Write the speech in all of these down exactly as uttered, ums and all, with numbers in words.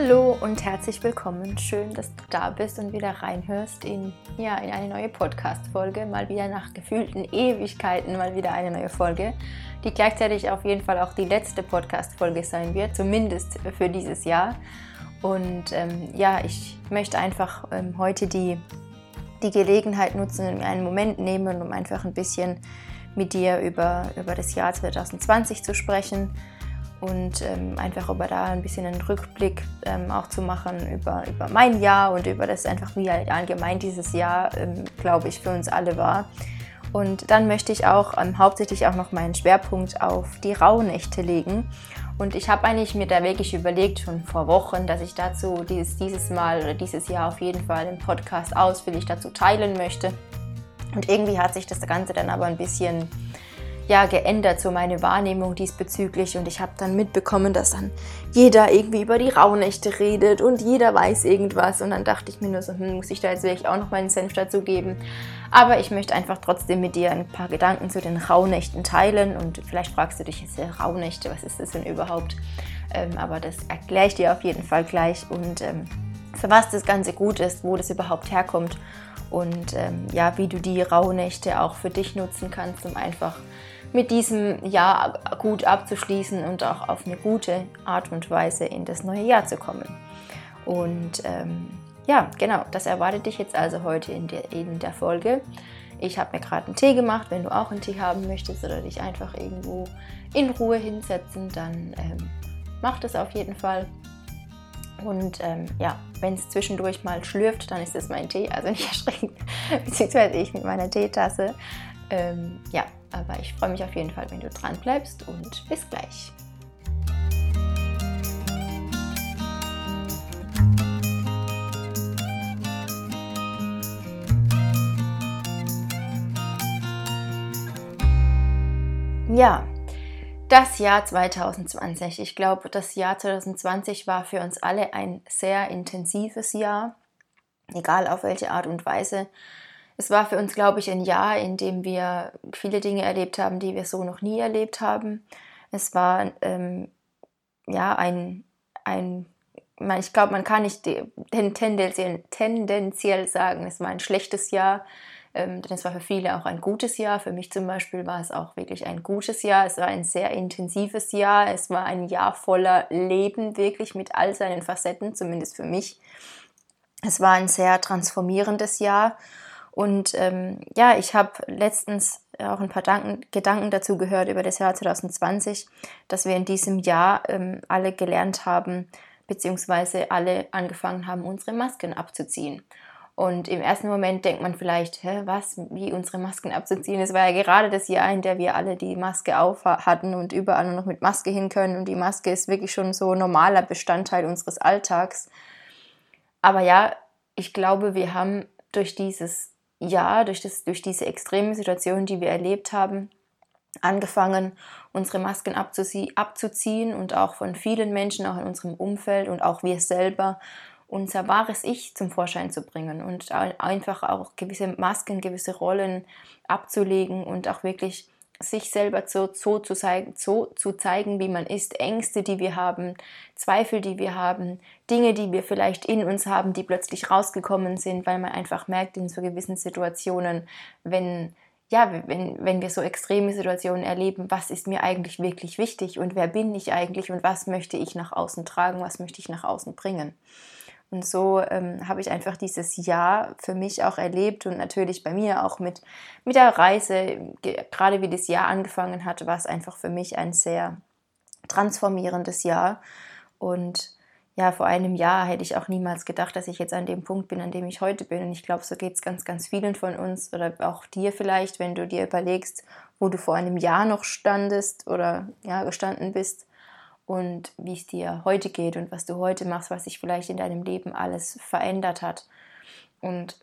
Hallo und herzlich willkommen. Schön, dass du da bist und wieder reinhörst in, ja, in eine neue Podcast-Folge. Mal wieder nach gefühlten Ewigkeiten mal wieder eine neue Folge, die gleichzeitig auf jeden Fall auch die letzte Podcast-Folge sein wird, zumindest für dieses Jahr. Und ähm, ja, ich möchte einfach ähm, heute die, die Gelegenheit nutzen und einen Moment nehmen, um einfach ein bisschen mit dir über, über das Jahr zwanzig zwanzig zu sprechen. Und ähm, einfach über da ein bisschen einen Rückblick ähm, auch zu machen über, über mein Jahr und über das einfach, wie halt allgemein dieses Jahr, ähm, glaube ich, für uns alle war. Und dann möchte ich auch ähm, hauptsächlich auch noch meinen Schwerpunkt auf die Rauhnächte legen. Und ich habe eigentlich mir da wirklich überlegt, schon vor Wochen, dass ich dazu dieses, dieses Mal oder dieses Jahr auf jeden Fall im Podcast ausführlich dazu teilen möchte. Und irgendwie hat sich das Ganze dann aber ein bisschen ja, geändert, so meine Wahrnehmung diesbezüglich, und ich habe dann mitbekommen, dass dann jeder irgendwie über die Rauhnächte redet und jeder weiß irgendwas, und dann dachte ich mir nur so, hm, muss ich da jetzt wirklich auch noch meinen Senf dazu geben, aber ich möchte einfach trotzdem mit dir ein paar Gedanken zu den Rauhnächten teilen. Und vielleicht fragst du dich jetzt, ja, Rauhnächte, was ist das denn überhaupt, ähm, aber das erkläre ich dir auf jeden Fall gleich, und ähm, für was das Ganze gut ist, wo das überhaupt herkommt und ähm, ja, wie du die Rauhnächte auch für dich nutzen kannst, um einfach mit diesem Jahr gut abzuschließen und auch auf eine gute Art und Weise in das neue Jahr zu kommen. Und ähm, ja, genau, das erwartet dich jetzt also heute in der, in der Folge. Ich habe mir gerade einen Tee gemacht. Wenn du auch einen Tee haben möchtest oder dich einfach irgendwo in Ruhe hinsetzen, dann ähm, mach das auf jeden Fall. Und ähm, ja, wenn es zwischendurch mal schlürft, dann ist das mein Tee, also nicht erschrecken, beziehungsweise ich mit meiner Teetasse. Ähm, ja, aber ich freue mich auf jeden Fall, wenn du dran bleibst, und bis gleich. Ja, das Jahr zwanzig zwanzig. Ich glaube, das Jahr zwanzig zwanzig war für uns alle ein sehr intensives Jahr, egal auf welche Art und Weise. Es war für uns, glaube ich, ein Jahr, in dem wir viele Dinge erlebt haben, die wir so noch nie erlebt haben. Es war ähm, ja ein, ein ich glaube, man kann nicht tendenziell, tendenziell sagen, es war ein schlechtes Jahr, ähm, denn es war für viele auch ein gutes Jahr. Für mich zum Beispiel war es auch wirklich ein gutes Jahr. Es war ein sehr intensives Jahr. Es war ein Jahr voller Leben, wirklich mit all seinen Facetten, zumindest für mich. Es war ein sehr transformierendes Jahr. Und ähm, ja, ich habe letztens auch ein paar Danken, Gedanken dazu gehört über das Jahr zwanzig zwanzig, dass wir in diesem Jahr ähm, alle gelernt haben, beziehungsweise alle angefangen haben, unsere Masken abzuziehen. Und im ersten Moment denkt man vielleicht, hä, was, wie unsere Masken abzuziehen? Es war ja gerade das Jahr, in dem wir alle die Maske auf hatten und überall nur noch mit Maske hin können. Und die Maske ist wirklich schon so ein normaler Bestandteil unseres Alltags. Aber ja, ich glaube, wir haben durch dieses Jahr, durch, das, durch diese extreme Situation, die wir erlebt haben, angefangen, unsere Masken abzuziehen und auch von vielen Menschen, auch in unserem Umfeld und auch wir selber, unser wahres Ich zum Vorschein zu bringen und einfach auch gewisse Masken, gewisse Rollen abzulegen und auch wirklich sich selber so, so, zu zeigen, so zu zeigen, wie man ist, Ängste, die wir haben, Zweifel, die wir haben, Dinge, die wir vielleicht in uns haben, die plötzlich rausgekommen sind, weil man einfach merkt in so gewissen Situationen, wenn, ja, wenn, wenn wir so extreme Situationen erleben, was ist mir eigentlich wirklich wichtig und wer bin ich eigentlich und was möchte ich nach außen tragen, was möchte ich nach außen bringen. Und so ähm, habe ich einfach dieses Jahr für mich auch erlebt und natürlich bei mir auch mit, mit der Reise, gerade wie das Jahr angefangen hat, war es einfach für mich ein sehr transformierendes Jahr. Und ja, vor einem Jahr hätte ich auch niemals gedacht, dass ich jetzt an dem Punkt bin, an dem ich heute bin. Und ich glaube, so geht es ganz, ganz vielen von uns oder auch dir vielleicht, wenn du dir überlegst, wo du vor einem Jahr noch standest oder ja, gestanden bist. Und wie es dir heute geht und was du heute machst, was sich vielleicht in deinem Leben alles verändert hat. Und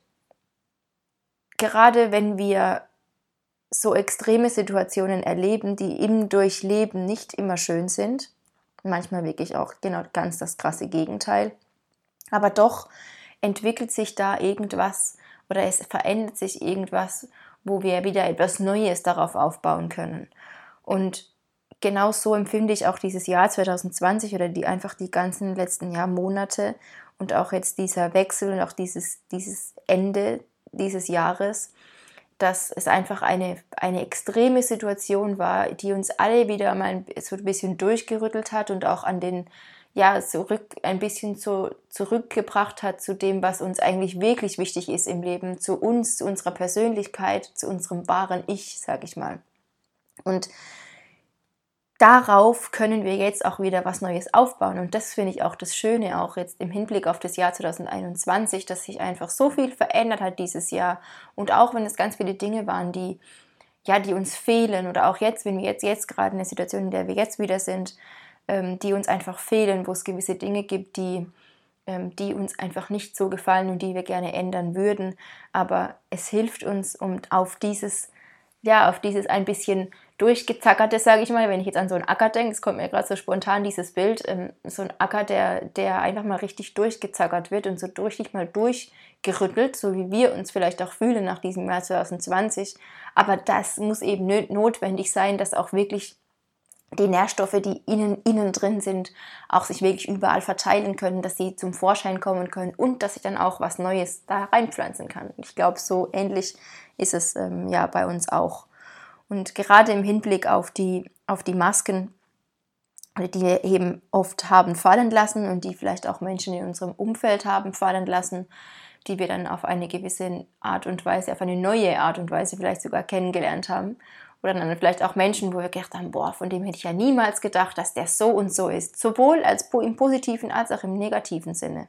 gerade wenn wir so extreme Situationen erleben, die im Durchleben nicht immer schön sind, manchmal wirklich auch genau ganz das krasse Gegenteil, aber doch entwickelt sich da irgendwas oder es verändert sich irgendwas, wo wir wieder etwas Neues darauf aufbauen können. Und genau so empfinde ich auch dieses Jahr zwanzig zwanzig oder die einfach die ganzen letzten Jahr, Monate und auch jetzt dieser Wechsel und auch dieses, dieses Ende dieses Jahres, dass es einfach eine, eine extreme Situation war, die uns alle wieder mal so ein bisschen durchgerüttelt hat und auch an den, ja, zurück, ein bisschen so zurückgebracht hat zu dem, was uns eigentlich wirklich wichtig ist im Leben, zu uns, zu unserer Persönlichkeit, zu unserem wahren Ich, sag ich mal. Und darauf können wir jetzt auch wieder was Neues aufbauen. Und das finde ich auch das Schöne, auch jetzt im Hinblick auf das Jahr zwanzig einundzwanzig, dass sich einfach so viel verändert hat dieses Jahr. Und auch wenn es ganz viele Dinge waren, die, ja, die uns fehlen oder auch jetzt, wenn wir jetzt, jetzt gerade in der Situation, in der wir jetzt wieder sind, ähm, die uns einfach fehlen, wo es gewisse Dinge gibt, die, ähm, die uns einfach nicht so gefallen und die wir gerne ändern würden. Aber es hilft uns, um auf dieses, ja, auf dieses ein bisschen durchgezackerte, sage ich mal, wenn ich jetzt an so einen Acker denke, es kommt mir gerade so spontan dieses Bild, ähm, so ein Acker, der, der einfach mal richtig durchgezackert wird und so richtig mal durchgerüttelt, so wie wir uns vielleicht auch fühlen nach diesem Jahr zwanzig zwanzig. Aber das muss eben notwendig sein, dass auch wirklich die Nährstoffe, die innen, innen drin sind, auch sich wirklich überall verteilen können, dass sie zum Vorschein kommen können und dass ich dann auch was Neues da reinpflanzen kann. Ich glaube, so ähnlich ist es ähm, ja bei uns auch. Und gerade im Hinblick auf die, auf die Masken, die wir eben oft haben fallen lassen und die vielleicht auch Menschen in unserem Umfeld haben fallen lassen, die wir dann auf eine gewisse Art und Weise, auf eine neue Art und Weise vielleicht sogar kennengelernt haben. Oder dann vielleicht auch Menschen, wo wir gedacht haben, boah, von dem hätte ich ja niemals gedacht, dass der so und so ist. Sowohl als im positiven als auch im negativen Sinne.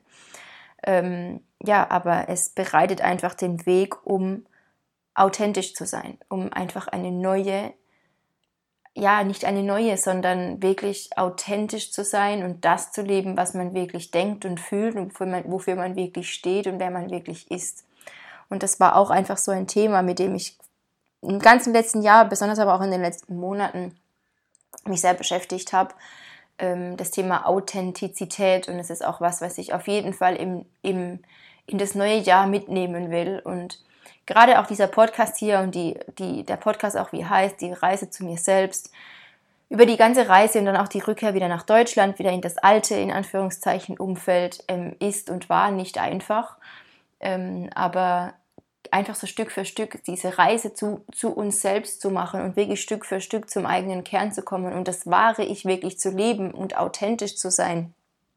Ähm, ja, aber es bereitet einfach den Weg, um authentisch zu sein, um einfach eine neue, ja, nicht eine neue, sondern wirklich authentisch zu sein und das zu leben, was man wirklich denkt und fühlt und wofür man, wofür man wirklich steht und wer man wirklich ist. Und das war auch einfach so ein Thema, mit dem ich im ganzen letzten Jahr, besonders aber auch in den letzten Monaten, mich sehr beschäftigt habe. Das Thema Authentizität, und es ist auch was, was ich auf jeden Fall im, im, in das neue Jahr mitnehmen will. Und gerade auch dieser Podcast hier und die, die, der Podcast auch, wie heißt, die Reise zu mir selbst, über die ganze Reise und dann auch die Rückkehr wieder nach Deutschland, wieder in das alte, in Anführungszeichen, Umfeld, ähm, ist und war nicht einfach. Ähm, aber einfach so Stück für Stück diese Reise zu, zu uns selbst zu machen und wirklich Stück für Stück zum eigenen Kern zu kommen und das wahre Ich wirklich zu leben und authentisch zu sein.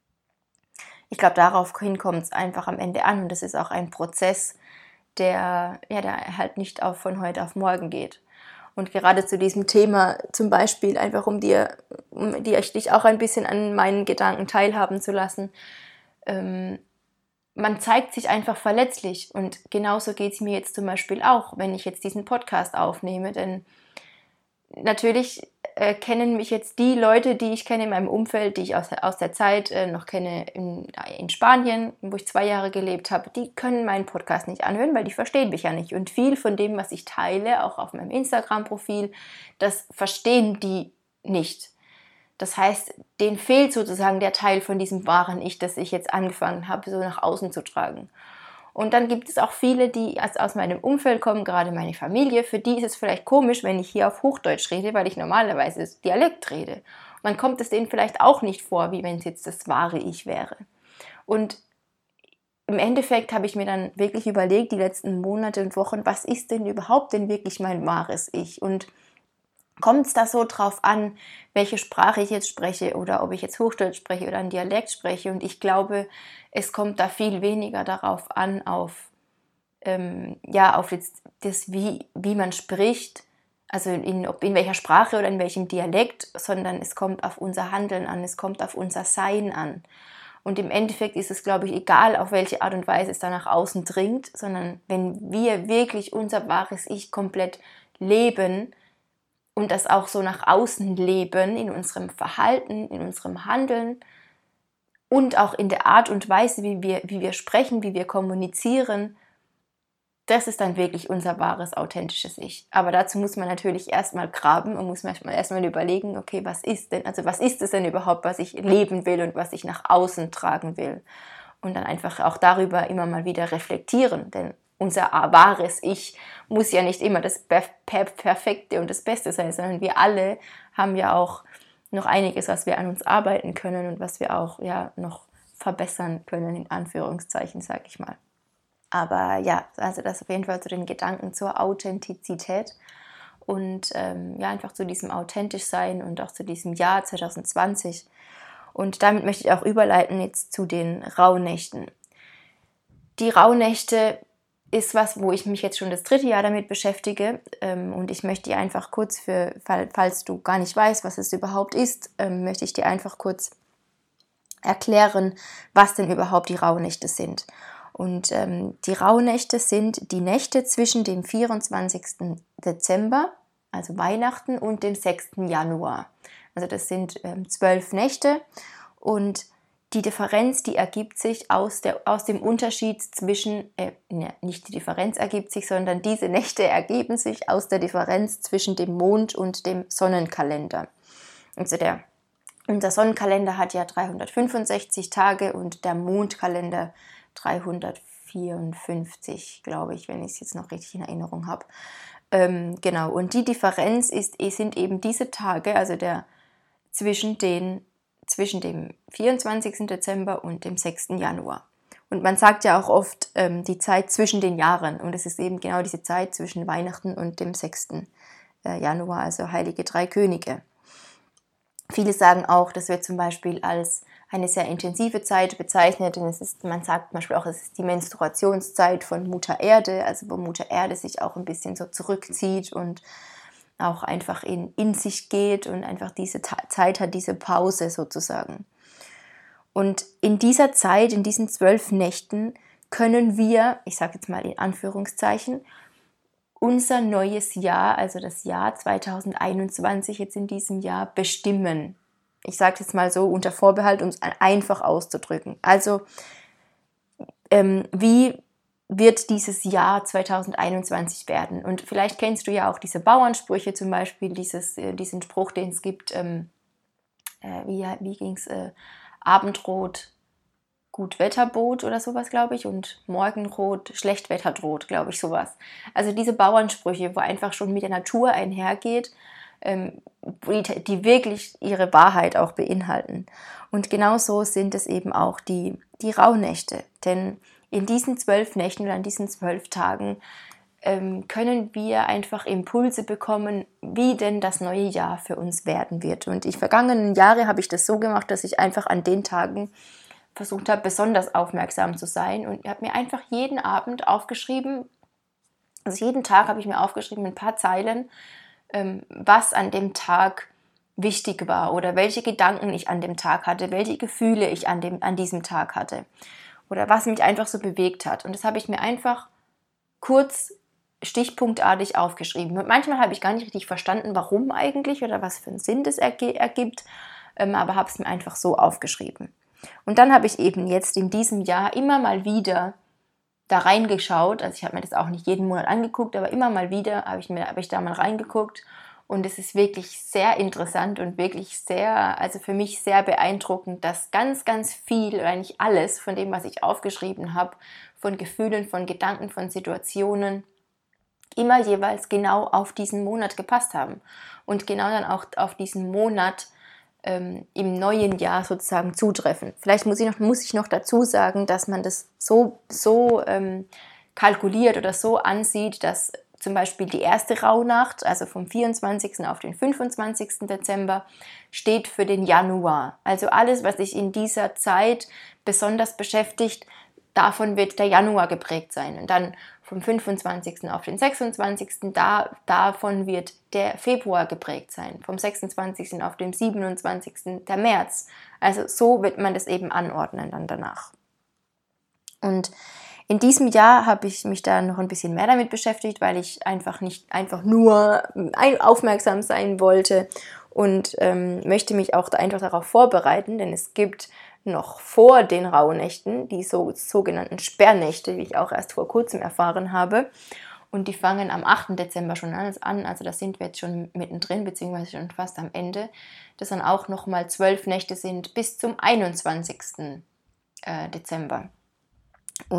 Ich glaube, daraufhin kommt es einfach am Ende an und das ist auch ein Prozess, der, ja, der halt nicht auf von heute auf morgen geht. Und gerade zu diesem Thema zum Beispiel, einfach um dir, um dir dich auch ein bisschen an meinen Gedanken teilhaben zu lassen, ähm, man zeigt sich einfach verletzlich und genauso geht es mir jetzt zum Beispiel auch, wenn ich jetzt diesen Podcast aufnehme, denn natürlich äh, kennen mich jetzt die Leute, die ich kenne in meinem Umfeld, die ich aus, aus der Zeit äh, noch kenne in, in Spanien, wo ich zwei Jahre gelebt habe, die können meinen Podcast nicht anhören, weil die verstehen mich ja nicht und viel von dem, was ich teile, auch auf meinem Instagram-Profil, das verstehen die nicht. Das heißt, denen fehlt sozusagen der Teil von diesem wahren Ich, das ich jetzt angefangen habe, so nach außen zu tragen. Und dann gibt es auch viele, die aus meinem Umfeld kommen, gerade meine Familie, für die ist es vielleicht komisch, wenn ich hier auf Hochdeutsch rede, weil ich normalerweise Dialekt rede. Und dann kommt es denen vielleicht auch nicht vor, wie wenn es jetzt das wahre Ich wäre. Und im Endeffekt habe ich mir dann wirklich überlegt, die letzten Monate und Wochen, was ist denn überhaupt denn wirklich mein wahres Ich? Und kommt es da so drauf an, welche Sprache ich jetzt spreche oder ob ich jetzt Hochdeutsch spreche oder einen Dialekt spreche? Und ich glaube, es kommt da viel weniger darauf an, auf, ähm, ja, auf jetzt das, wie, wie man spricht, also in, ob in welcher Sprache oder in welchem Dialekt, sondern es kommt auf unser Handeln an, es kommt auf unser Sein an. Und im Endeffekt ist es, glaube ich, egal, auf welche Art und Weise es da nach außen dringt, sondern wenn wir wirklich unser wahres Ich komplett leben, und das auch so nach außen leben, in unserem Verhalten, in unserem Handeln und auch in der Art und Weise, wie wir, wie wir sprechen, wie wir kommunizieren, das ist dann wirklich unser wahres, authentisches Ich. Aber dazu muss man natürlich erstmal graben und muss man erstmal überlegen, okay, was ist denn, also was ist es denn überhaupt, was ich leben will und was ich nach außen tragen will? Und dann einfach auch darüber immer mal wieder reflektieren, denn unser wahres Ich muss ja nicht immer das Perfekte und das Beste sein, sondern wir alle haben ja auch noch einiges, was wir an uns arbeiten können und was wir auch ja noch verbessern können, in Anführungszeichen, sage ich mal. Aber ja, also das auf jeden Fall zu den Gedanken zur Authentizität und ähm, ja, einfach zu diesem authentisch sein und auch zu diesem Jahr zwanzig zwanzig. Und damit möchte ich auch überleiten jetzt zu den Rauhnächten. Die Rauhnächte ist was, wo ich mich jetzt schon das dritte Jahr damit beschäftige, ähm, und ich möchte dir einfach kurz, für, falls du gar nicht weißt, was es überhaupt ist, ähm, möchte ich dir einfach kurz erklären, was denn überhaupt die Rauhnächte sind. Und ähm, die Rauhnächte sind die Nächte zwischen dem vierundzwanzigsten Dezember, also Weihnachten, und dem sechsten Januar. Also das sind ähm, zwölf Nächte und die Differenz, die ergibt sich aus, der, aus dem Unterschied zwischen, äh, ne, nicht die Differenz ergibt sich, sondern diese Nächte ergeben sich aus der Differenz zwischen dem Mond und dem Sonnenkalender. Also der, unser Sonnenkalender hat ja dreihundertfünfundsechzig Tage und der Mondkalender dreihundertvierundfünfzig, glaube ich, wenn ich es jetzt noch richtig in Erinnerung habe. Ähm, genau, und die Differenz ist, sind eben diese Tage, also der zwischen den zwischen dem vierundzwanzigsten Dezember und dem sechsten Januar. Und man sagt ja auch oft ähm, die Zeit zwischen den Jahren. Und es ist eben genau diese Zeit zwischen Weihnachten und dem sechsten Januar, also Heilige Drei Könige. Viele sagen auch, das wird zum Beispiel als eine sehr intensive Zeit bezeichnet. Denn es ist, man sagt zum Beispiel auch, es ist die Menstruationszeit von Mutter Erde, also wo Mutter Erde sich auch ein bisschen so zurückzieht und auch einfach in, in sich geht und einfach diese Ta- Zeit hat, diese Pause sozusagen. Und in dieser Zeit, in diesen zwölf Nächten, können wir, ich sage jetzt mal in Anführungszeichen, unser neues Jahr, also das Jahr zwanzig einundzwanzig jetzt in diesem Jahr, bestimmen. Ich sage es jetzt mal so unter Vorbehalt, um es einfach auszudrücken. Also ähm, wie wird dieses Jahr zwanzig einundzwanzig werden? Und vielleicht kennst du ja auch diese Bauernsprüche zum Beispiel, dieses, äh, diesen Spruch, den es gibt, ähm, äh, wie, wie ging es, äh, Abendrot, Gutwetterboot oder sowas, glaube ich, und Morgenrot, Schlechtwetter droht, glaube ich, sowas. Also diese Bauernsprüche, wo einfach schon mit der Natur einhergeht, ähm, die, die wirklich ihre Wahrheit auch beinhalten. Und genauso sind es eben auch die, die Rauhnächte, denn in diesen zwölf Nächten oder an diesen zwölf Tagen ähm, können wir einfach Impulse bekommen, wie denn das neue Jahr für uns werden wird. Und die vergangenen Jahre habe ich das so gemacht, dass ich einfach an den Tagen versucht habe, besonders aufmerksam zu sein und habe mir einfach jeden Abend aufgeschrieben, also jeden Tag habe ich mir aufgeschrieben, ein paar Zeilen, ähm, was an dem Tag wichtig war oder welche Gedanken ich an dem Tag hatte, welche Gefühle ich an, dem, an diesem Tag hatte oder was mich einfach so bewegt hat. Und das habe ich mir einfach kurz stichpunktartig aufgeschrieben. Und manchmal habe ich gar nicht richtig verstanden, warum eigentlich oder was für einen Sinn das ergibt, ähm, aber habe es mir einfach so aufgeschrieben. Und dann habe ich eben jetzt in diesem Jahr immer mal wieder da reingeschaut, also ich habe mir das auch nicht jeden Monat angeguckt, aber immer mal wieder habe ich, mir, habe ich da mal reingeguckt und es ist wirklich sehr interessant und wirklich sehr, also für mich sehr beeindruckend, dass ganz, ganz viel oder eigentlich alles von dem, was ich aufgeschrieben habe, von Gefühlen, von Gedanken, von Situationen, immer jeweils genau auf diesen Monat gepasst haben und genau dann auch auf diesen Monat ähm, im neuen Jahr sozusagen zutreffen. Vielleicht muss ich noch, muss ich noch dazu sagen, dass man das so, so ähm, kalkuliert oder so ansieht, dass zum Beispiel die erste Rauhnacht, also vom vierundzwanzigsten auf den fünfundzwanzigsten Dezember, steht für den Januar. Also alles, was sich in dieser Zeit besonders beschäftigt, davon wird der Januar geprägt sein. Und dann vom fünfundzwanzigsten auf den sechsundzwanzigsten Da, davon wird der Februar geprägt sein. Vom sechsundzwanzigsten auf den siebenundzwanzigsten der März. Also so wird man das eben anordnen dann danach. Und in diesem Jahr habe ich mich da noch ein bisschen mehr damit beschäftigt, weil ich einfach nicht einfach nur aufmerksam sein wollte und ähm, möchte mich auch einfach darauf vorbereiten, denn es gibt noch vor den Rauhnächten die so, sogenannten Sperrnächte, wie ich auch erst vor kurzem erfahren habe. Und die fangen am achten Dezember schon an, also da sind wir jetzt schon mittendrin, beziehungsweise schon fast am Ende, dass dann auch nochmal zwölf Nächte sind bis zum einundzwanzigsten Dezember. Und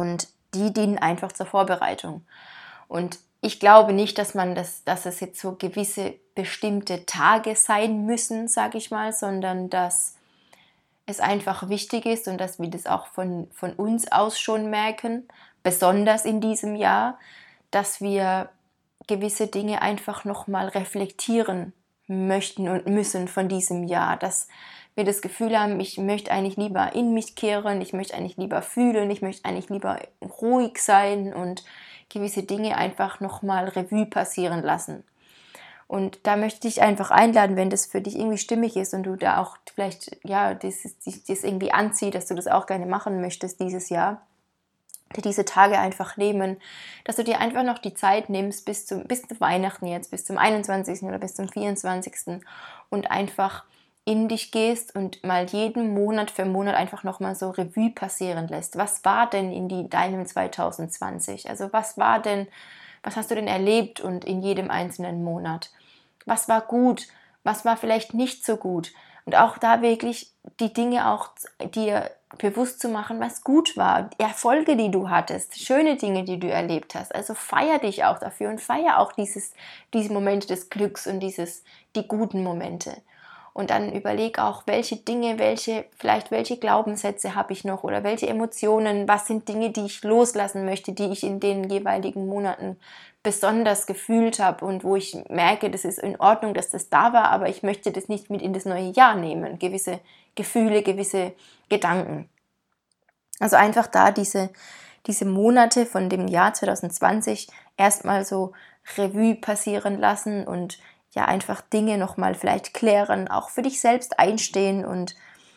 die dienen einfach zur Vorbereitung. Und ich glaube nicht, dass man das, dass es jetzt so gewisse bestimmte Tage sein müssen, sage ich mal, sondern dass es einfach wichtig ist und dass wir das auch von, von uns aus schon merken, besonders in diesem Jahr, dass wir gewisse Dinge einfach nochmal reflektieren möchten und müssen von diesem Jahr, dass wir das Gefühl haben, ich möchte eigentlich lieber in mich kehren, ich möchte eigentlich lieber fühlen, ich möchte eigentlich lieber ruhig sein und gewisse Dinge einfach nochmal Revue passieren lassen. Und da möchte ich einfach einladen, wenn das für dich irgendwie stimmig ist und du da auch vielleicht, ja, das, das irgendwie anzieht, dass du das auch gerne machen möchtest dieses Jahr, dir diese Tage einfach nehmen, dass du dir einfach noch die Zeit nimmst bis zum, bis zu Weihnachten jetzt, bis zum einundzwanzigsten oder bis zum vierundzwanzigsten und einfach in dich gehst und mal jeden Monat für Monat einfach nochmal so Revue passieren lässt. Was war denn in die, deinem zwanzig zwanzig? Also was war denn, was hast du denn erlebt und in jedem einzelnen Monat? Was war gut? Was war vielleicht nicht so gut? Und auch da wirklich die Dinge auch dir bewusst zu machen, was gut war, Erfolge, die du hattest, schöne Dinge, die du erlebt hast. Also feier dich auch dafür und feier auch dieses, diese Momente des Glücks und dieses, die guten Momente. Und dann überleg auch, welche Dinge, welche, vielleicht welche Glaubenssätze habe ich noch oder welche Emotionen, was sind Dinge, die ich loslassen möchte, die ich in den jeweiligen Monaten besonders gefühlt habe und wo ich merke, das ist in Ordnung, dass das da war, aber ich möchte das nicht mit in das neue Jahr nehmen. Gewisse Gefühle, gewisse Gedanken. Also einfach da diese, diese Monate von dem Jahr zwanzig zwanzig erstmal so Revue passieren lassen und ja einfach Dinge nochmal vielleicht klären, auch für dich selbst einstehen und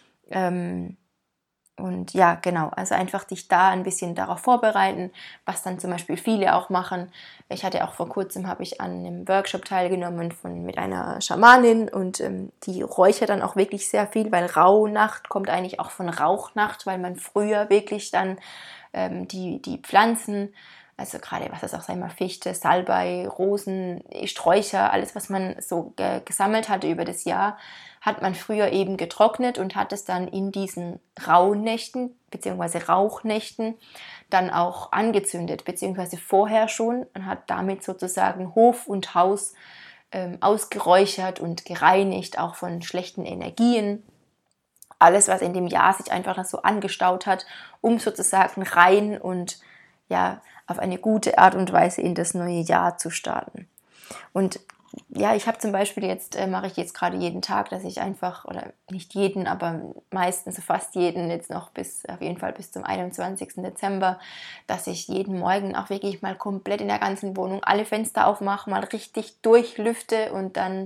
ähm, Und ja, genau, also einfach dich da ein bisschen darauf vorbereiten, was dann zum Beispiel viele auch machen. Ich hatte auch vor kurzem, habe ich an einem Workshop teilgenommen von, mit einer Schamanin und ähm, die räuchert dann auch wirklich sehr viel, weil Rauhnacht kommt eigentlich auch von Rauchnacht, weil man früher wirklich dann ähm, die, die Pflanzen, also gerade was das auch sei mal Fichte, Salbei, Rosen, Sträucher, alles was man so ge- gesammelt hatte über das Jahr, hat man früher eben getrocknet und hat es dann in diesen Rauhnächten bzw. Rauchnächten dann auch angezündet, beziehungsweise vorher schon und hat damit sozusagen Hof und Haus ähm, ausgeräuchert und gereinigt, auch von schlechten Energien. Alles, was in dem Jahr sich einfach so angestaut hat, um sozusagen rein und ja, auf eine gute Art und Weise in das neue Jahr zu starten. Und ja, ich habe zum Beispiel jetzt, äh, mache ich jetzt gerade jeden Tag, dass ich einfach, oder nicht jeden, aber meistens fast jeden, jetzt noch bis, auf jeden Fall bis zum einundzwanzigsten Dezember, dass ich jeden Morgen auch wirklich mal komplett in der ganzen Wohnung alle Fenster aufmache, mal richtig durchlüfte und dann,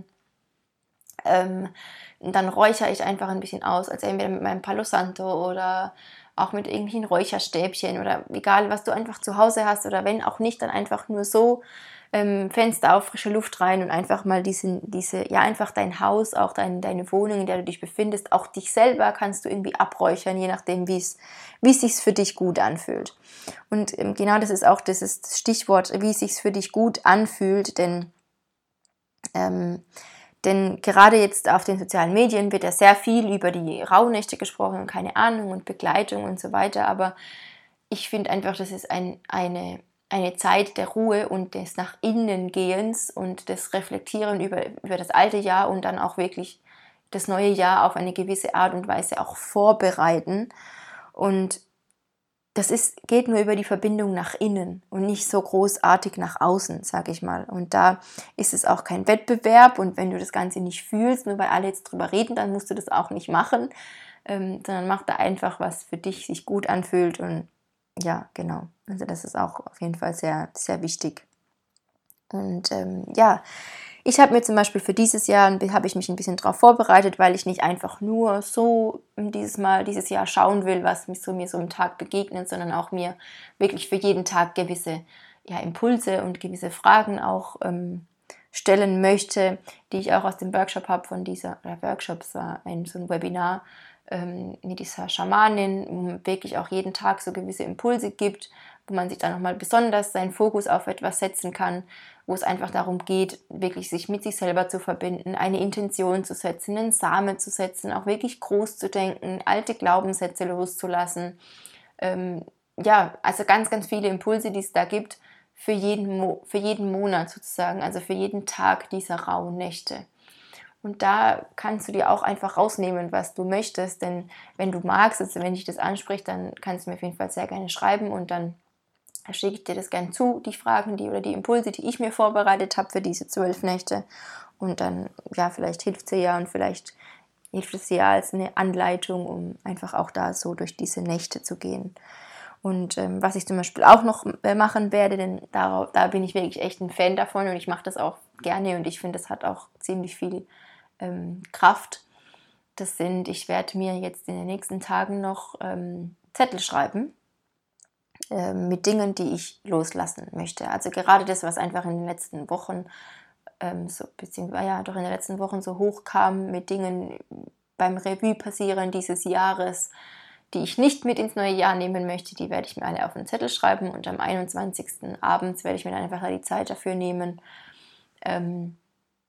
ähm, dann räuchere ich einfach ein bisschen aus, also entweder mit meinem Palo Santo oder auch mit irgendwelchen Räucherstäbchen oder egal, was du einfach zu Hause hast oder wenn auch nicht, dann einfach nur so ähm, Fenster auf, frische Luft rein und einfach mal diesen, diese, ja einfach dein Haus, auch dein, deine Wohnung, in der du dich befindest, auch dich selber kannst du irgendwie abräuchern, je nachdem, wie es wie es sich für dich gut anfühlt. Und ähm, genau das ist auch das, ist das Stichwort, wie es sich für dich gut anfühlt, denn ähm, Denn gerade jetzt auf den sozialen Medien wird ja sehr viel über die Rauhnächte gesprochen und keine Ahnung und Begleitung und so weiter. Aber ich finde einfach, das ist ein, eine, eine Zeit der Ruhe und des nach innen Gehens und des Reflektieren über, über das alte Jahr und dann auch wirklich das neue Jahr auf eine gewisse Art und Weise auch vorbereiten. Und das ist, geht nur über die Verbindung nach innen und nicht so großartig nach außen, sage ich mal. Und da ist es auch kein Wettbewerb und wenn du das Ganze nicht fühlst, nur weil alle jetzt drüber reden, dann musst du das auch nicht machen, ähm, sondern mach da einfach, was für dich sich gut anfühlt und ja, genau. Also das ist auch auf jeden Fall sehr, sehr wichtig. Und ähm, ja, ich habe mir zum Beispiel für dieses Jahr, habe ich mich ein bisschen darauf vorbereitet, weil ich nicht einfach nur so dieses Mal, dieses Jahr schauen will, was mir so, mir so im Tag begegnet, sondern auch mir wirklich für jeden Tag gewisse ja, Impulse und gewisse Fragen auch ähm, stellen möchte, die ich auch aus dem Workshop habe von dieser, oder Workshops war ein, so ein Webinar ähm, mit dieser Schamanin, wo man wirklich auch jeden Tag so gewisse Impulse gibt, wo man sich dann nochmal besonders seinen Fokus auf etwas setzen kann, wo es einfach darum geht, wirklich sich mit sich selber zu verbinden, eine Intention zu setzen, einen Samen zu setzen, auch wirklich groß zu denken, alte Glaubenssätze loszulassen, ähm, ja, also ganz, ganz viele Impulse, die es da gibt, für jeden, Mo- für jeden Monat sozusagen, also für jeden Tag dieser rauen Nächte. Und da kannst du dir auch einfach rausnehmen, was du möchtest, denn wenn du magst, also wenn dich das anspricht, dann kannst du mir auf jeden Fall sehr gerne schreiben und dann schicke ich dir das gerne zu, die Fragen, die oder die Impulse, die ich mir vorbereitet habe für diese zwölf Nächte. Und dann, ja, vielleicht hilft sie ja und vielleicht hilft es dir als eine Anleitung, um einfach auch da so durch diese Nächte zu gehen. Und ähm, was ich zum Beispiel auch noch äh, machen werde, denn da, da bin ich wirklich echt ein Fan davon und ich mache das auch gerne und ich finde, das hat auch ziemlich viel ähm, Kraft. Das sind, ich werde mir jetzt in den nächsten Tagen noch ähm, Zettel schreiben äh, mit Dingen, die ich loslassen möchte. Also gerade das, was einfach in den letzten Wochen ähm, so, beziehungsweise ja, doch in den letzten Wochen so hochkam mit Dingen beim Revue passieren dieses Jahres, die ich nicht mit ins neue Jahr nehmen möchte, die werde ich mir alle auf einen Zettel schreiben und am einundzwanzigsten abends werde ich mir dann einfach die Zeit dafür nehmen, ähm,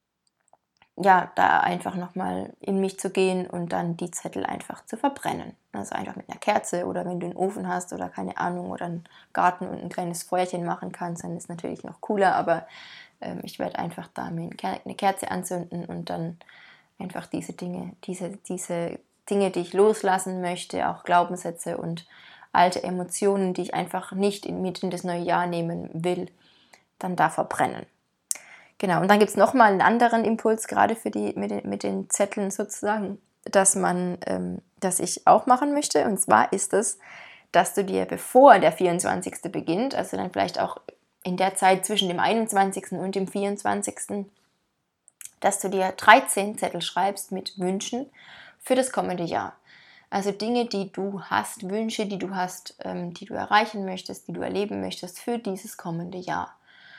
ja, da einfach nochmal in mich zu gehen und dann die Zettel einfach zu verbrennen. Also einfach mit einer Kerze oder wenn du einen Ofen hast oder keine Ahnung oder einen Garten und ein kleines Feuerchen machen kannst, dann ist es natürlich noch cooler, aber ähm, ich werde einfach da mir eine Kerze anzünden und dann einfach diese Dinge, diese, diese Dinge, die ich loslassen möchte, auch Glaubenssätze und alte Emotionen, die ich einfach nicht in, mit in das neue Jahr nehmen will, dann da verbrennen. Genau, und dann gibt es nochmal einen anderen Impuls, gerade für die, mit den, mit den Zetteln sozusagen, dass man, ähm, dass ich auch machen möchte. Und zwar ist es, dass du dir, bevor der vierundzwanzigste beginnt, also dann vielleicht auch in der Zeit zwischen dem einundzwanzigsten und dem vierundzwanzigsten, dass du dir dreizehn Zettel schreibst mit Wünschen für das kommende Jahr. Also Dinge, die du hast, Wünsche, die du hast, ähm, die du erreichen möchtest, die du erleben möchtest für dieses kommende Jahr.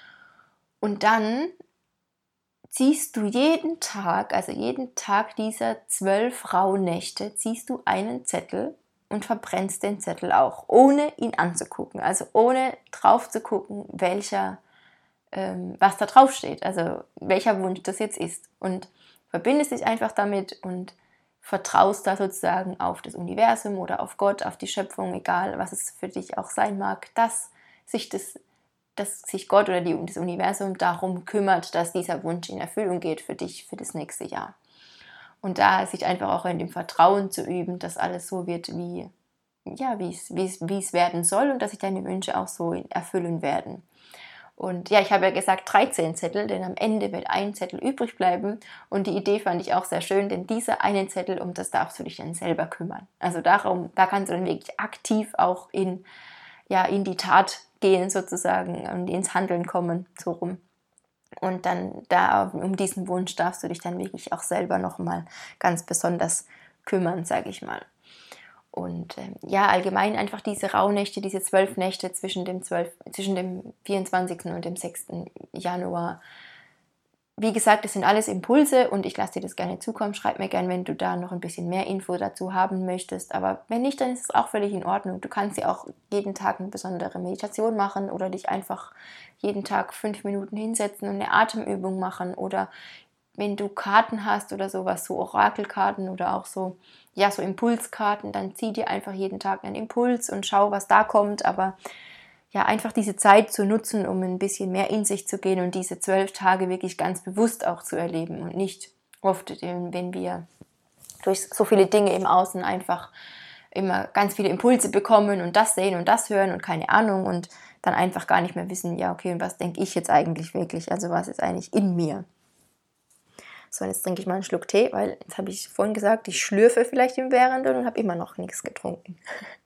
Und dann ziehst du jeden Tag, also jeden Tag dieser zwölf Rauhnächte, ziehst du einen Zettel und verbrennst den Zettel auch, ohne ihn anzugucken, also ohne drauf zu gucken, welcher, ähm, was da drauf steht, also welcher Wunsch das jetzt ist. Und verbindest dich einfach damit und vertraust da sozusagen auf das Universum oder auf Gott, auf die Schöpfung, egal was es für dich auch sein mag, dass sich das dass sich Gott oder die, das Universum darum kümmert, dass dieser Wunsch in Erfüllung geht für dich für das nächste Jahr. Und da sich einfach auch in dem Vertrauen zu üben, dass alles so wird, wie, ja, wie, es, wie, es, wie es werden soll und dass sich deine Wünsche auch so erfüllen werden. Und ja, ich habe ja gesagt dreizehn Zettel, denn am Ende wird ein Zettel übrig bleiben. Und die Idee fand ich auch sehr schön, denn dieser eine Zettel, um das darfst du dich dann selber kümmern. Also darum, da kannst du dann wirklich aktiv auch in, ja, in die Tat gehen sozusagen und ins Handeln kommen, so rum. Und dann da um diesen Wunsch darfst du dich dann wirklich auch selber nochmal ganz besonders kümmern, sage ich mal. Und ähm, ja, allgemein einfach diese Rauhnächte, diese zwölf Nächte zwischen dem, zwölf, zwischen dem vierundzwanzigsten und dem sechsten Januar. Wie gesagt, das sind alles Impulse und ich lasse dir das gerne zukommen. Schreib mir gerne, wenn du da noch ein bisschen mehr Info dazu haben möchtest. Aber wenn nicht, dann ist es auch völlig in Ordnung. Du kannst ja auch jeden Tag eine besondere Meditation machen oder dich einfach jeden Tag fünf Minuten hinsetzen und eine Atemübung machen. Oder wenn du Karten hast oder sowas, so Orakelkarten oder auch so, ja, so Impulskarten, dann zieh dir einfach jeden Tag einen Impuls und schau, was da kommt. Aber ja, einfach diese Zeit zu nutzen, um ein bisschen mehr in sich zu gehen und diese zwölf Tage wirklich ganz bewusst auch zu erleben und nicht oft, wenn wir durch so viele Dinge im Außen einfach immer ganz viele Impulse bekommen und das sehen und das hören und keine Ahnung und dann einfach gar nicht mehr wissen, ja, okay, und was denke ich jetzt eigentlich wirklich, also was ist eigentlich in mir? So, jetzt trinke ich mal einen Schluck Tee, weil jetzt habe ich vorhin gesagt, ich schlürfe vielleicht im Währenden und habe immer noch nichts getrunken.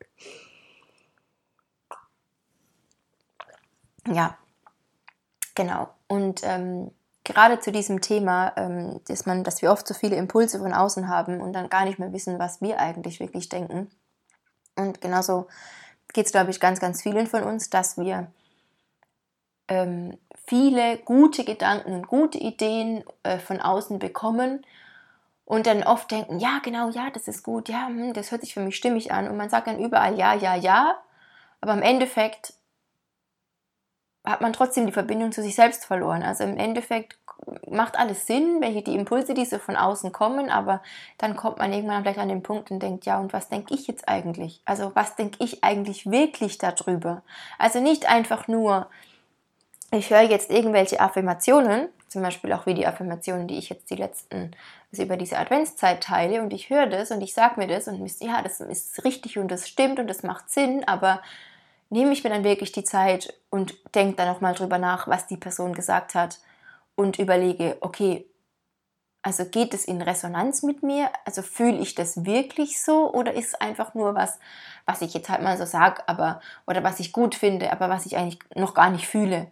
Ja, genau. Und ähm, gerade zu diesem Thema, ähm, dass, man, dass wir oft so viele Impulse von außen haben und dann gar nicht mehr wissen, was wir eigentlich wirklich denken. Und genauso geht es, glaube ich, ganz, ganz vielen von uns, dass wir ähm, viele gute Gedanken und gute Ideen äh, von außen bekommen und dann oft denken, ja, genau, ja, das ist gut, ja, hm, das hört sich für mich stimmig an. Und man sagt dann überall ja, ja, ja, aber im Endeffekt hat man trotzdem die Verbindung zu sich selbst verloren. Also im Endeffekt macht alles Sinn, welche die Impulse, die so von außen kommen, aber dann kommt man irgendwann vielleicht an den Punkt und denkt, ja, und was denke ich jetzt eigentlich? Also was denke ich eigentlich wirklich darüber? Also nicht einfach nur, ich höre jetzt irgendwelche Affirmationen, zum Beispiel auch wie die Affirmationen, die ich jetzt die letzten, also über diese Adventszeit teile, und ich höre das und ich sage mir das und ja, das ist richtig und das stimmt und das macht Sinn, aber nehme ich mir dann wirklich die Zeit und denke dann nochmal drüber nach, was die Person gesagt hat und überlege, okay, also geht es in Resonanz mit mir? Also fühle ich das wirklich so oder ist es einfach nur was, was ich jetzt halt mal so sage, aber oder was ich gut finde, aber was ich eigentlich noch gar nicht fühle?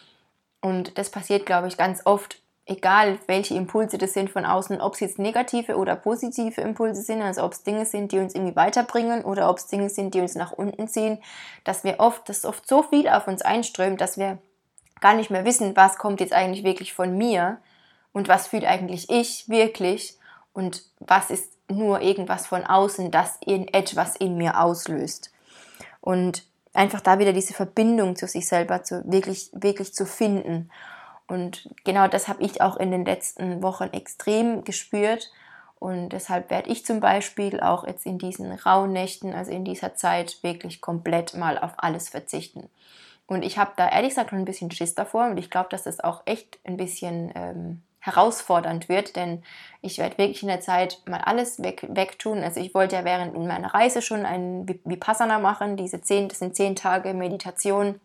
Und das passiert, glaube ich, ganz oft, egal welche Impulse das sind von außen, ob es jetzt negative oder positive Impulse sind, also ob es Dinge sind, die uns irgendwie weiterbringen oder ob es Dinge sind, die uns nach unten ziehen, dass wir oft, dass oft so viel auf uns einströmt, dass wir gar nicht mehr wissen, was kommt jetzt eigentlich wirklich von mir und was fühlt eigentlich ich wirklich und was ist nur irgendwas von außen, das in etwas in mir auslöst. Und einfach da wieder diese Verbindung zu sich selber zu, wirklich, wirklich zu finden. Und genau das habe ich auch in den letzten Wochen extrem gespürt. Und deshalb werde ich zum Beispiel auch jetzt in diesen Rauhnächten, also in dieser Zeit, wirklich komplett mal auf alles verzichten. Und ich habe da ehrlich gesagt noch ein bisschen Schiss davor und ich glaube, dass das auch echt ein bisschen ähm, herausfordernd wird, denn ich werde wirklich in der Zeit mal alles weg, wegtun. Also ich wollte ja während meiner Reise schon ein Vipassana machen, diese zehn, das sind zehn Tage Meditation,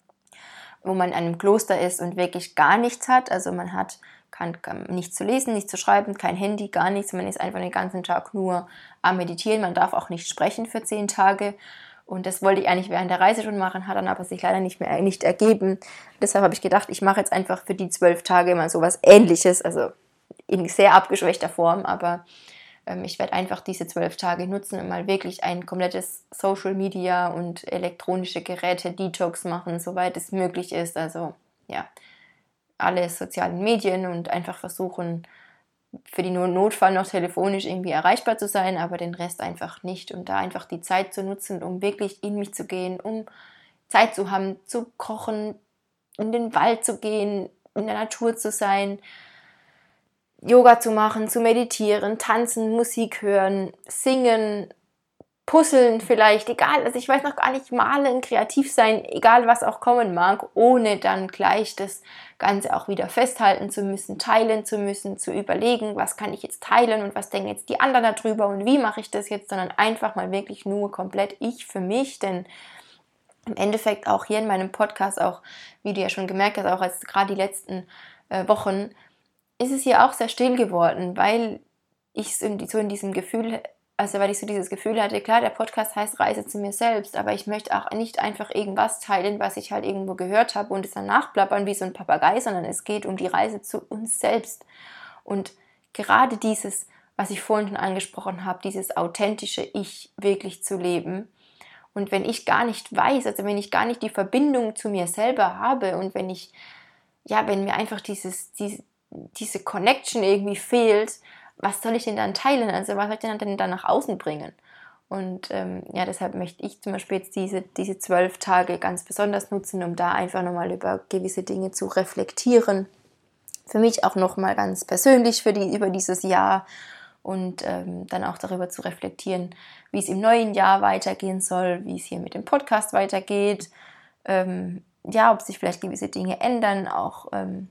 wo man in einem Kloster ist und wirklich gar nichts hat. Also man hat kann, kann nichts zu lesen, nichts zu schreiben, kein Handy, gar nichts. Man ist einfach den ganzen Tag nur am Meditieren. Man darf auch nicht sprechen für zehn Tage. Und das wollte ich eigentlich während der Reise schon machen, hat dann aber sich leider nicht mehr nicht ergeben. Deshalb habe ich gedacht, ich mache jetzt einfach für die zwölf Tage mal sowas Ähnliches, also in sehr abgeschwächter Form, aber ähm, ich werde einfach diese zwölf Tage nutzen und mal wirklich ein komplettes Social Media und elektronische Geräte Detox machen, soweit es möglich ist. Also ja, alle sozialen Medien und einfach versuchen, für die Notfall noch telefonisch irgendwie erreichbar zu sein, aber den Rest einfach nicht. Und da einfach die Zeit zu nutzen, um wirklich in mich zu gehen, um Zeit zu haben, zu kochen, in den Wald zu gehen, in der Natur zu sein, Yoga zu machen, zu meditieren, tanzen, Musik hören, singen, puzzeln vielleicht, egal, also ich weiß noch gar nicht, malen, kreativ sein, egal was auch kommen mag, ohne dann gleich das Ganze auch wieder festhalten zu müssen, teilen zu müssen, zu überlegen, was kann ich jetzt teilen und was denken jetzt die anderen darüber und wie mache ich das jetzt, sondern einfach mal wirklich nur komplett ich für mich, denn im Endeffekt auch hier in meinem Podcast, auch wie du ja schon gemerkt hast, auch als gerade die letzten äh, Wochen, ist es hier auch sehr still geworden, weil ich so in diesem Gefühl Also weil ich so dieses Gefühl hatte, klar, der Podcast heißt Reise zu mir selbst, aber ich möchte auch nicht einfach irgendwas teilen, was ich halt irgendwo gehört habe und es dann nachplappern wie so ein Papagei, sondern es geht um die Reise zu uns selbst. Und gerade dieses, was ich vorhin schon angesprochen habe, dieses authentische Ich wirklich zu leben. Und wenn ich gar nicht weiß, also wenn ich gar nicht die Verbindung zu mir selber habe und wenn ich, ja, wenn mir einfach dieses, diese, diese Connection irgendwie fehlt, was soll ich denn dann teilen? Also was soll ich denn dann, dann nach außen bringen? Und ähm, ja, deshalb möchte ich zum Beispiel jetzt diese, diese zwölf Tage ganz besonders nutzen, um da einfach nochmal über gewisse Dinge zu reflektieren. Für mich auch nochmal ganz persönlich für die, über dieses Jahr und ähm, dann auch darüber zu reflektieren, wie es im neuen Jahr weitergehen soll, wie es hier mit dem Podcast weitergeht, ähm, ja, ob sich vielleicht gewisse Dinge ändern, auch ähm,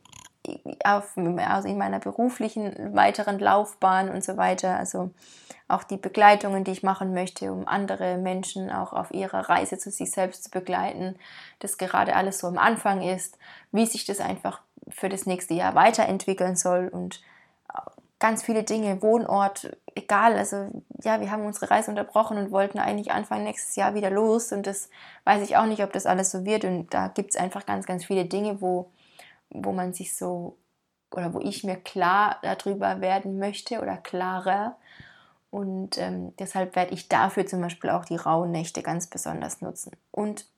Auf, also in meiner beruflichen weiteren Laufbahn und so weiter, also auch die Begleitungen, die ich machen möchte, um andere Menschen auch auf ihrer Reise zu sich selbst zu begleiten, das gerade alles so am Anfang ist, wie sich das einfach für das nächste Jahr weiterentwickeln soll und ganz viele Dinge, Wohnort, egal, also ja, wir haben unsere Reise unterbrochen und wollten eigentlich Anfang nächstes Jahr wieder los und das weiß ich auch nicht, ob das alles so wird und da gibt es einfach ganz, ganz viele Dinge, wo wo man sich so, oder wo ich mir klar darüber werden möchte oder klarer. Und ähm, deshalb werde ich dafür zum Beispiel auch die Rauhnächte ganz besonders nutzen. Und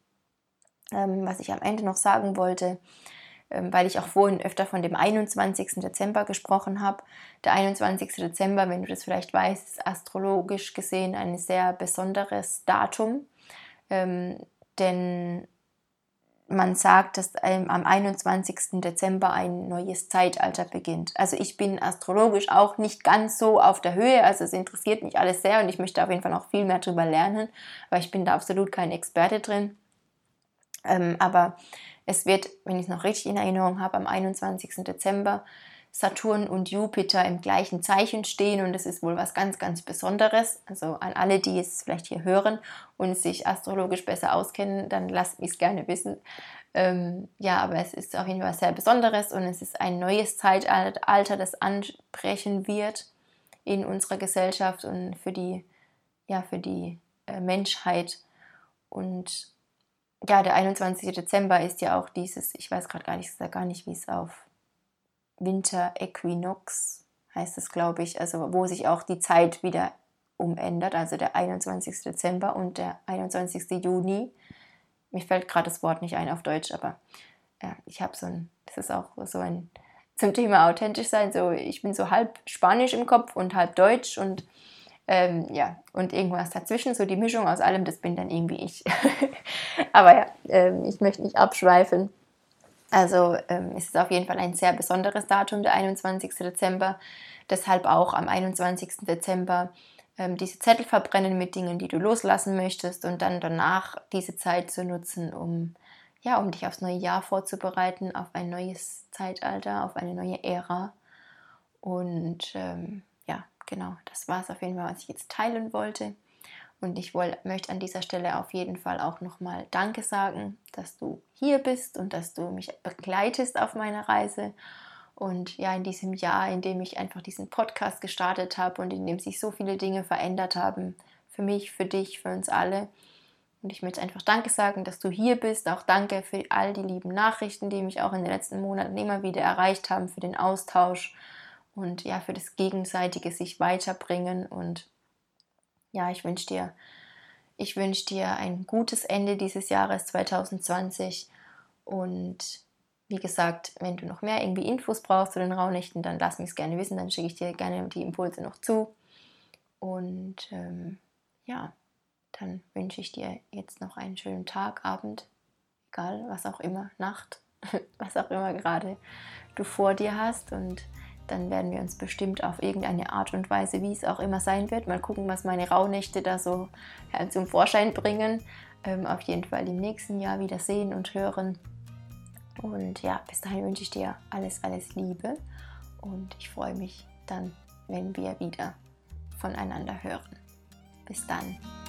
ähm, was ich am Ende noch sagen wollte, ähm, weil ich auch vorhin öfter von dem einundzwanzigsten Dezember gesprochen habe. Der einundzwanzigste Dezember, wenn du das vielleicht weißt, ist astrologisch gesehen ein sehr besonderes Datum. Ähm, denn man sagt, dass ähm, am einundzwanzigsten Dezember ein neues Zeitalter beginnt. Also ich bin astrologisch auch nicht ganz so auf der Höhe, also es interessiert mich alles sehr und ich möchte auf jeden Fall noch viel mehr darüber lernen, weil ich bin da absolut kein Experte drin. Ähm, aber es wird, wenn ich es noch richtig in Erinnerung habe, am einundzwanzigsten Dezember Saturn und Jupiter im gleichen Zeichen stehen und das ist wohl was ganz, ganz Besonderes. Also an alle, die es vielleicht hier hören und sich astrologisch besser auskennen, dann lasst mich es gerne wissen. Ähm, ja, aber es ist auf jeden Fall was sehr Besonderes und es ist ein neues Zeitalter, das anbrechen wird in unserer Gesellschaft und für die, ja, für die äh, Menschheit. Und ja, der einundzwanzigste Dezember ist ja auch dieses, ich weiß gerade gar nicht, gar nicht, wie es auf Winteräquinox heißt es, glaube ich, also wo sich auch die Zeit wieder umändert, also der einundzwanzigste Dezember und der einundzwanzigste Juni. Mir fällt gerade das Wort nicht ein auf Deutsch, aber ja, ich habe so ein, das ist auch so ein, zum Thema authentisch sein, so ich bin so halb Spanisch im Kopf und halb Deutsch und ähm, ja, und irgendwas dazwischen, so die Mischung aus allem, das bin dann irgendwie ich. Aber ja, ähm, ich möchte nicht abschweifen. Also ähm, es ist auf jeden Fall ein sehr besonderes Datum, der einundzwanzigste Dezember. Deshalb auch am einundzwanzigsten Dezember ähm, diese Zettel verbrennen mit Dingen, die du loslassen möchtest und dann danach diese Zeit zu nutzen, um, ja, um dich aufs neue Jahr vorzubereiten, auf ein neues Zeitalter, auf eine neue Ära. Und ähm, ja, genau, das war es auf jeden Fall, was ich jetzt teilen wollte. Und ich woll, möchte an dieser Stelle auf jeden Fall auch nochmal Danke sagen, dass du hier bist und dass du mich begleitest auf meiner Reise. Und ja, in diesem Jahr, in dem ich einfach diesen Podcast gestartet habe und in dem sich so viele Dinge verändert haben, für mich, für dich, für uns alle. Und ich möchte einfach Danke sagen, dass du hier bist. Auch danke für all die lieben Nachrichten, die mich auch in den letzten Monaten immer wieder erreicht haben, für den Austausch und ja, für das gegenseitige sich weiterbringen. Und ja, ich wünsche dir, ich wünsche dir ein gutes Ende dieses Jahres zwanzig zwanzig und wie gesagt, wenn du noch mehr irgendwie Infos brauchst zu den Rauhnächten, dann lass mich es gerne wissen, dann schicke ich dir gerne die Impulse noch zu und ähm, ja, dann wünsche ich dir jetzt noch einen schönen Tag, Abend, egal, was auch immer, Nacht, was auch immer gerade du vor dir hast und dann werden wir uns bestimmt auf irgendeine Art und Weise, wie es auch immer sein wird, mal gucken, was meine Rauhnächte da so ja, zum Vorschein bringen, ähm, auf jeden Fall im nächsten Jahr wieder sehen und hören. Und ja, bis dahin wünsche ich dir alles, alles Liebe und ich freue mich dann, wenn wir wieder voneinander hören. Bis dann.